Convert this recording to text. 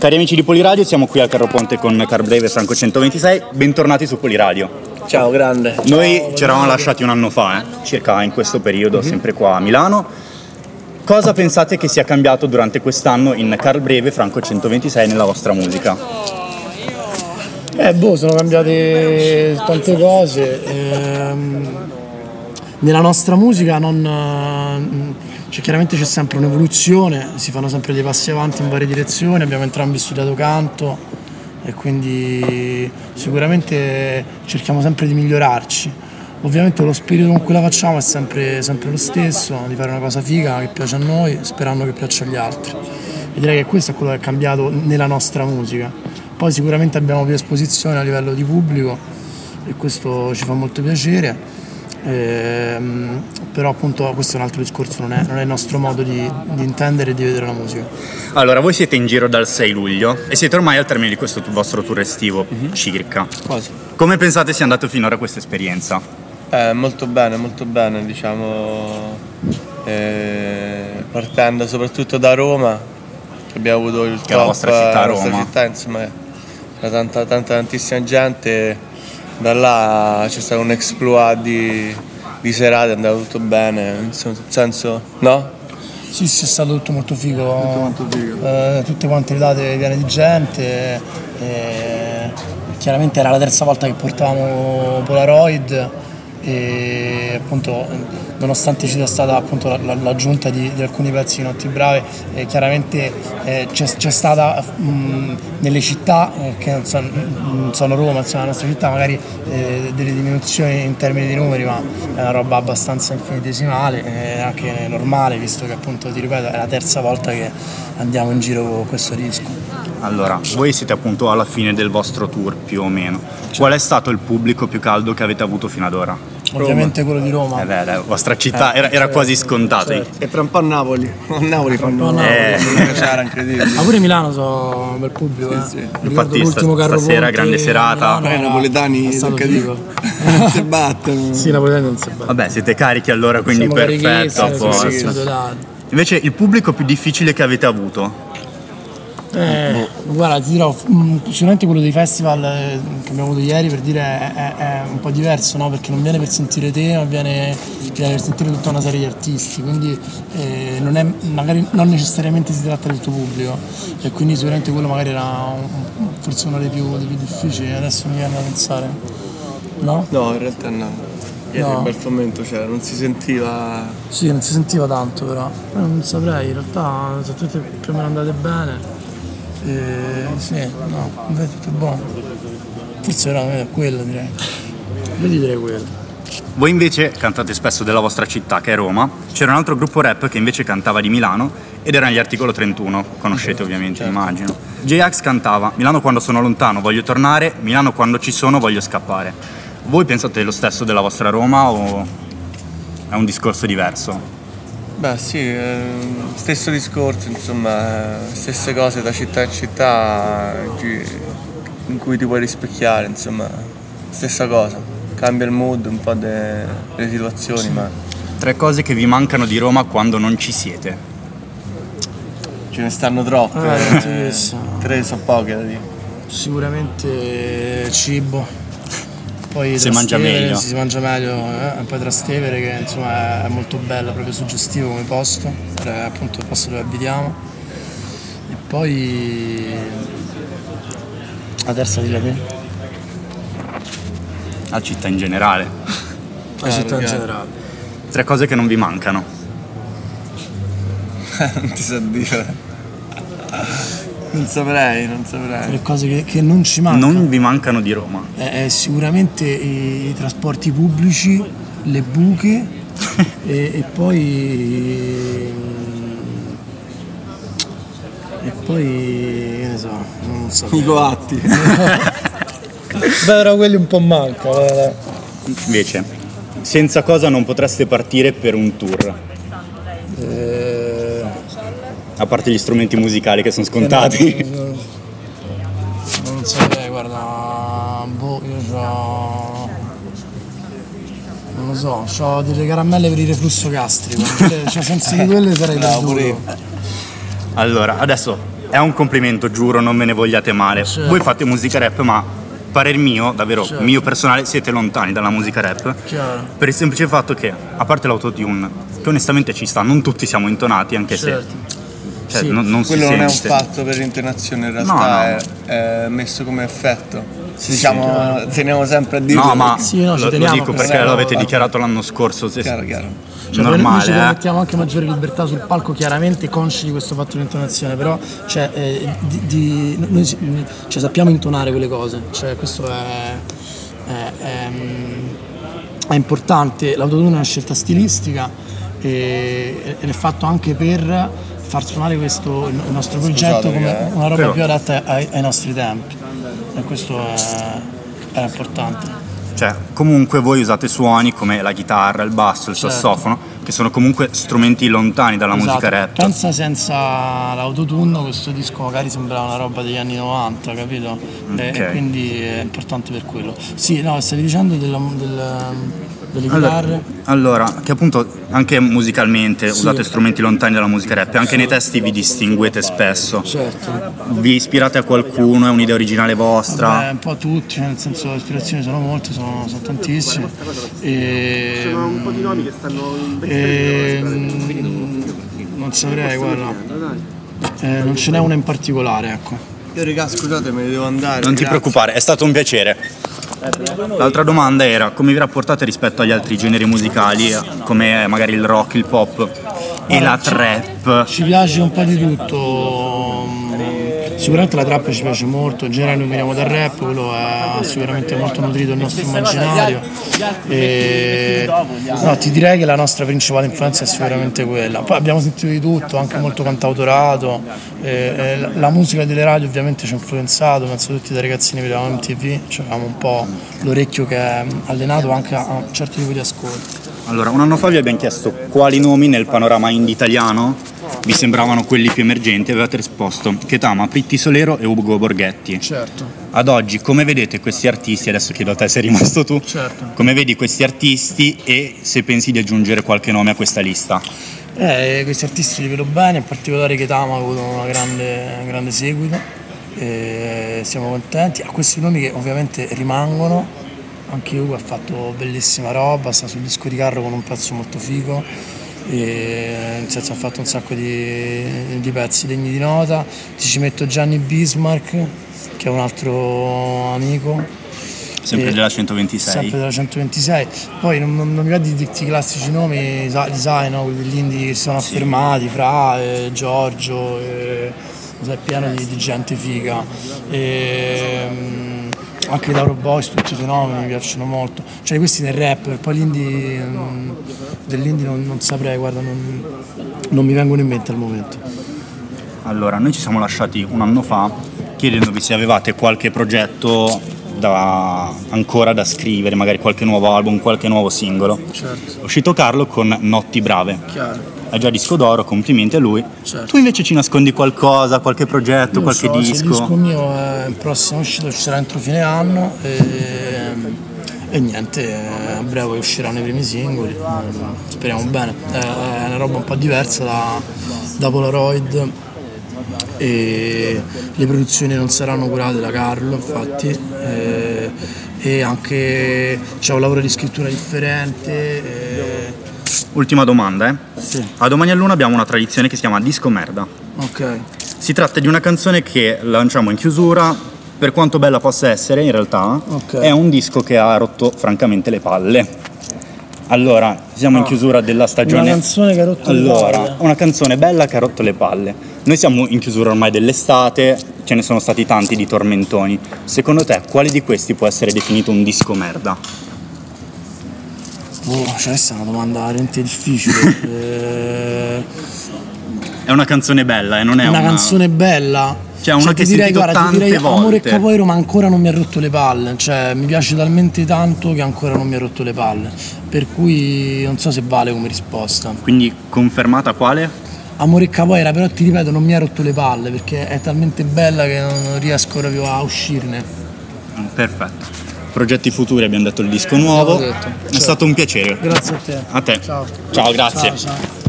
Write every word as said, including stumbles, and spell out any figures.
Cari amici di Poliradio, siamo qui al Carro Ponte con Carl Brave e Franco centoventisei, bentornati su Poliradio. Ciao, grande. Noi Ciao, ci eravamo lasciati un anno fa, eh, circa in questo periodo, mm-hmm. sempre qua a Milano. Cosa pensate che sia cambiato durante quest'anno in Carl Brave e Franco centoventisei nella vostra musica? Eh, boh, sono cambiate tante cose. Ehm, nella nostra musica non... Cioè, chiaramente c'è sempre un'evoluzione, si fanno sempre dei passi avanti in varie direzioni, abbiamo entrambi studiato canto e quindi sicuramente cerchiamo sempre di migliorarci. Ovviamente lo spirito con cui la facciamo è sempre, sempre lo stesso, di fare una cosa figa che piace a noi, sperando che piaccia agli altri. E direi che questo è quello che è cambiato nella nostra musica. Poi sicuramente abbiamo più esposizione a livello di pubblico e questo ci fa molto piacere. Ehm, però appunto questo è un altro discorso, non è, non è il nostro modo di, di intendere e di vedere la musica. Allora, voi siete in giro dal sei luglio e siete ormai al termine di questo vostro tour estivo, mm-hmm. circa. Quasi. Come pensate sia andato finora questa esperienza? Eh, molto bene, molto bene, diciamo, eh, partendo soprattutto da Roma, che abbiamo avuto il che top, è la vostra città, la Roma. nostra città, insomma, c'era tanta, tanta, tantissima gente. Da là c'è stato un exploit di, di serate, è andato tutto bene, in senso, no? Sì, sì, è stato tutto molto figo, tutto molto figo. Eh, tutte quante le date piene di gente, eh, chiaramente era la terza volta che portavamo Polaroid e appunto nonostante ci sia stata appunto l'aggiunta di, di alcuni pezzi di Notti Brave, eh, chiaramente eh, c'è, c'è stata mh, nelle città eh, che non sono, non sono Roma, insomma la nostra città, magari eh, delle diminuzioni in termini di numeri, ma è una roba abbastanza infinitesimale, eh, anche normale, visto che appunto, ti ripeto, è la terza volta che andiamo in giro con questo disco. Allora, voi siete appunto alla fine del vostro tour più o meno. Qual è stato il pubblico più caldo che avete avuto fino ad ora? Ovviamente Roma. Quello di Roma. Eh beh, la vostra città eh, era, era quasi scontato. Certo. E per un po' Napoli. A Napoli fanno eh. c'era incredibile. Ma pure Milano so un bel pubblico. Sì, eh. sì. Infatti l'ultimo Carro stasera Ponte, grande serata. I napoletani non si battono. Sì, i napoletani non si battono. Vabbè, siete carichi allora, quindi siamo perfetto. A posto. Sì, sì, sì. Invece il pubblico più difficile che avete avuto? Eh, guarda, ti dirò, sicuramente quello dei festival eh, che abbiamo avuto ieri, per dire, è, è, è un po' diverso, no? Perché non viene per sentire te, ma viene, viene per sentire tutta una serie di artisti, quindi eh, non è, magari non necessariamente si tratta del tuo pubblico, e quindi sicuramente quello magari era un, forse uno dei più, dei più difficili, adesso mi viene da pensare, no? No, in realtà no. Ieri no. Un bel fomento c'era, non si sentiva... Sì, non si sentiva tanto però, non saprei, in realtà sono tutte più o meno andate bene. Eh, sì, no, è tutto buono. Forse era quello, direi. Io direi quello. Voi invece cantate spesso della vostra città, che è Roma. C'era un altro gruppo rap che invece cantava di Milano ed erano gli Articolo trentuno, conoscete ovviamente, certo. Immagino. J-Ax cantava: Milano quando sono lontano voglio tornare, Milano quando ci sono voglio scappare. Voi pensate lo stesso della vostra Roma o è un discorso diverso? Beh sì, eh, stesso discorso, insomma, stesse cose da città in città in cui ti puoi rispecchiare, insomma, stessa cosa, cambia il mood, un po' de, delle situazioni, ma... Tre cose che vi mancano di Roma quando non ci siete? Ce ne stanno troppe, eh, eh, tre sono poche da dire. Sicuramente cibo. Poi si mangia meglio. Si mangia meglio, eh? Poi Trastevere che insomma è molto bella, proprio suggestivo come posto, è appunto il posto dove abitiamo. E poi la terza di la te. La città in generale. La ah, città in chiaro. generale. Tre cose che non vi mancano. Non ti so dire. Non saprei, non saprei. Le cose che, che non ci mancano. Non vi mancano di Roma? È, è sicuramente i, i trasporti pubblici, le buche e, e poi e poi che ne so, non so. I coatti. Beh, però quelli un po' mancano. Eh. Invece, senza cosa non potreste partire per un tour? Eh... A parte gli strumenti musicali che sono scontati. Non, non saprei, guarda, boh, io c'ho... non lo so, c'ho delle caramelle per il reflusso gastrico, cioè senza di quelle sarei no, perduto. Allora, adesso è un complimento, giuro, non me ne vogliate male. Certo. Voi fate musica rap, ma parer mio, davvero Certo. mio personale, siete lontani dalla musica rap. Chiaro. Per il semplice fatto che, a parte l'autotune, che onestamente ci sta, non tutti siamo intonati, anche Certo. se cioè, Sì. non, non si Quello non è un sente. fatto per l'intonazione, in realtà No, no. È, è messo come effetto. Diciamo, teniamo sempre a dire. No, ma Sì, no, ci lo, lo teniamo dico a perché questo. l'avete dichiarato l'anno scorso. Se, Chiaro, chiaro. Cioè, noi ci normale, eh. permettiamo anche maggiore libertà sul palco, chiaramente consci di questo fatto di intonazione, però cioè, eh, di, di- noi si- cioè, sappiamo intonare quelle cose, cioè, questo è, è, è, è importante. L'autotune è una scelta stilistica e, ed è fatto anche per far suonare questo, il nostro progetto Scusate, come eh. una roba Però- più adatta ai, ai nostri tempi, e questo è, è importante. Cioè, comunque voi usate suoni come la chitarra, il basso, il Certo. sassofono, che sono comunque strumenti lontani dalla Esatto. musica rap. Pensa senza l'autotune questo disco magari sembrava una roba degli anni novanta, capito? E, Ok. e quindi è importante per quello. Sì, no, stavi dicendo della, del- delle Allora, chitarre? allora, che appunto anche musicalmente usate strumenti lontani dalla musica rap, e anche nei testi vi distinguete spesso. Certo. Vi ispirate a qualcuno? È un'idea originale vostra? Beh, un po' tutti, nel senso le ispirazioni sono molte, sono, sono tantissime. E, Un po' di nomi che stanno e, mm, non saprei, guarda. Eh, non ce n'è una in particolare, ecco. Io raga, scusate, me ne devo andare. Non ti grazie. preoccupare, è stato un piacere. L'altra domanda era come vi rapportate rispetto agli altri generi musicali, come magari il rock, il pop e la trap. Ci piace un po' di tutto, sicuramente la trap ci piace molto, in generale noi veniamo dal rap, quello è sicuramente molto nutrito il nostro immaginario e no, ti direi che la nostra principale influenza è sicuramente quella. Poi abbiamo sentito di tutto, anche molto cantautorato, e, e la- la musica delle radio ovviamente ci ha influenzato, penso tutti da ragazzini vedevamo M T V, cioè avevamo un po' l'orecchio che è allenato anche a un certo tipo di ascolti. Allora, un anno fa vi abbiamo chiesto quali nomi nel panorama indie italiano vi sembravano quelli più emergenti e avevate risposto Ketama, Pritti Solero e Ugo Borghetti. Certo, Ad oggi come vedete questi artisti, adesso chiedo a te, sei rimasto tu, certo. come vedi questi artisti e se pensi di aggiungere qualche nome a questa lista? Eh, questi artisti li vedo bene, in particolare Ketama ha avuto una grande, un grande seguito, e siamo contenti. A questi nomi che ovviamente rimangono, anche Ugo ha fatto bellissima roba, sta sul disco di Carro con un pezzo molto figo, e nel senso ha fatto un sacco di, di pezzi degni di nota. Ti ci metto Gianni Bismarck, che è un altro amico. Sempre E- della centoventisei. Sempre della centoventisei. Poi non, non, non mi va di dirti i classici nomi, sa- li sai, no? Quelli dell'indie che si sono affermati, Fra, eh, Giorgio, eh, è pieno di, di gente figa. E, mm, anche i Tauro Boys, tutti i fenomeni mi piacciono molto. Cioè questi nel rap, poi l'indie, mm, dell'indie non, non saprei, guarda, non, non mi vengono in mente al momento. Allora, noi ci siamo lasciati un anno fa chiedendovi se avevate qualche progetto da, ancora da scrivere, magari qualche nuovo album, qualche nuovo singolo. Certo, È uscito Carlo con Notti Brave, chiaro. è già disco d'oro, complimenti a lui. Certo. Tu invece ci nascondi qualcosa, qualche progetto, Io qualche so, se il disco? disco mio è il prossimo uscito, ci sarà entro fine anno e, e niente, eh, a breve usciranno i primi singoli, eh, speriamo bene. È, è una roba un po' diversa da, da Polaroid e le produzioni non saranno curate da Carlo, infatti, e, e anche c'è un lavoro di scrittura differente. E, Ultima domanda, eh. sì, A Domani a Luna abbiamo una tradizione che si chiama Disco Merda. ok. Si tratta di una canzone che lanciamo in chiusura, per quanto bella possa essere, in realtà, Ok. è un disco che ha rotto francamente le palle. Allora, siamo in Ah, chiusura della stagione. una canzone che ha rotto le allora, palle. una canzone bella che ha rotto le palle. Noi siamo in chiusura ormai dell'estate, ce ne sono stati tanti di tormentoni. Secondo te, quale di questi può essere definito un disco merda? Boh, cioè questa è una domanda veramente difficile. Eh, È una canzone bella e non è una, una, canzone bella. Cioè, una Cioè, che ti direi, hai sentito guarda, ti direi tante Amore e volte. Capoeiro, ma ancora non mi ha rotto le palle. Cioè, mi piace talmente tanto che ancora non mi ha rotto le palle. Per cui non so se vale come risposta. Quindi confermata quale? Amore e Capoeira, però ti ripeto, non mi ha rotto le palle perché è talmente bella che non riesco proprio a uscirne. Perfetto. Progetti futuri, abbiamo detto il disco nuovo. L'ho detto, È certo. stato un piacere. Grazie a te. A te. Ciao. Ciao, grazie. Ciao, ciao.